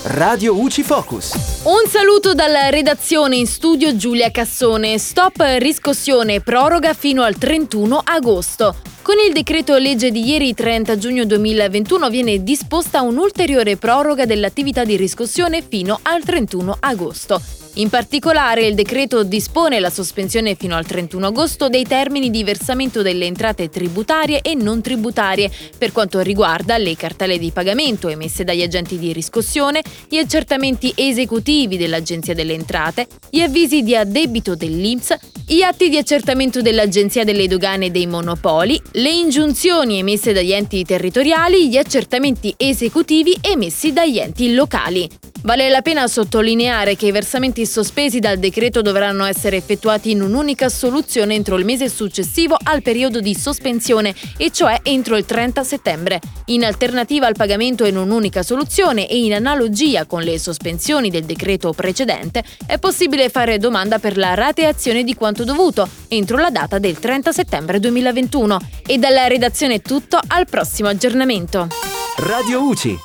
Radio UCI Focus. Un saluto dalla redazione, in studio Giulia Cassone. Stop riscossione, proroga fino al 31 agosto. Con il decreto legge di ieri 30 giugno 2021 viene disposta un'ulteriore proroga dell'attività di riscossione fino al 31 agosto. In particolare, il decreto dispone la sospensione fino al 31 agosto dei termini di versamento delle entrate tributarie e non tributarie per quanto riguarda le cartelle di pagamento emesse dagli agenti di riscossione, gli accertamenti esecutivi dell'Agenzia delle Entrate, gli avvisi di addebito dell'INPS, gli atti di accertamento dell'Agenzia delle Dogane e dei Monopoli, le ingiunzioni emesse dagli enti territoriali, gli accertamenti esecutivi emessi dagli enti locali. Vale la pena sottolineare che i versamenti sospesi dal decreto dovranno essere effettuati in un'unica soluzione entro il mese successivo al periodo di sospensione, e cioè entro il 30 settembre. In alternativa al pagamento in un'unica soluzione e in analogia con le sospensioni del decreto precedente, è possibile fare domanda per la rateazione di quanto dovuto entro la data del 30 settembre 2021. E dalla redazione è tutto, al prossimo aggiornamento. Radio UCI.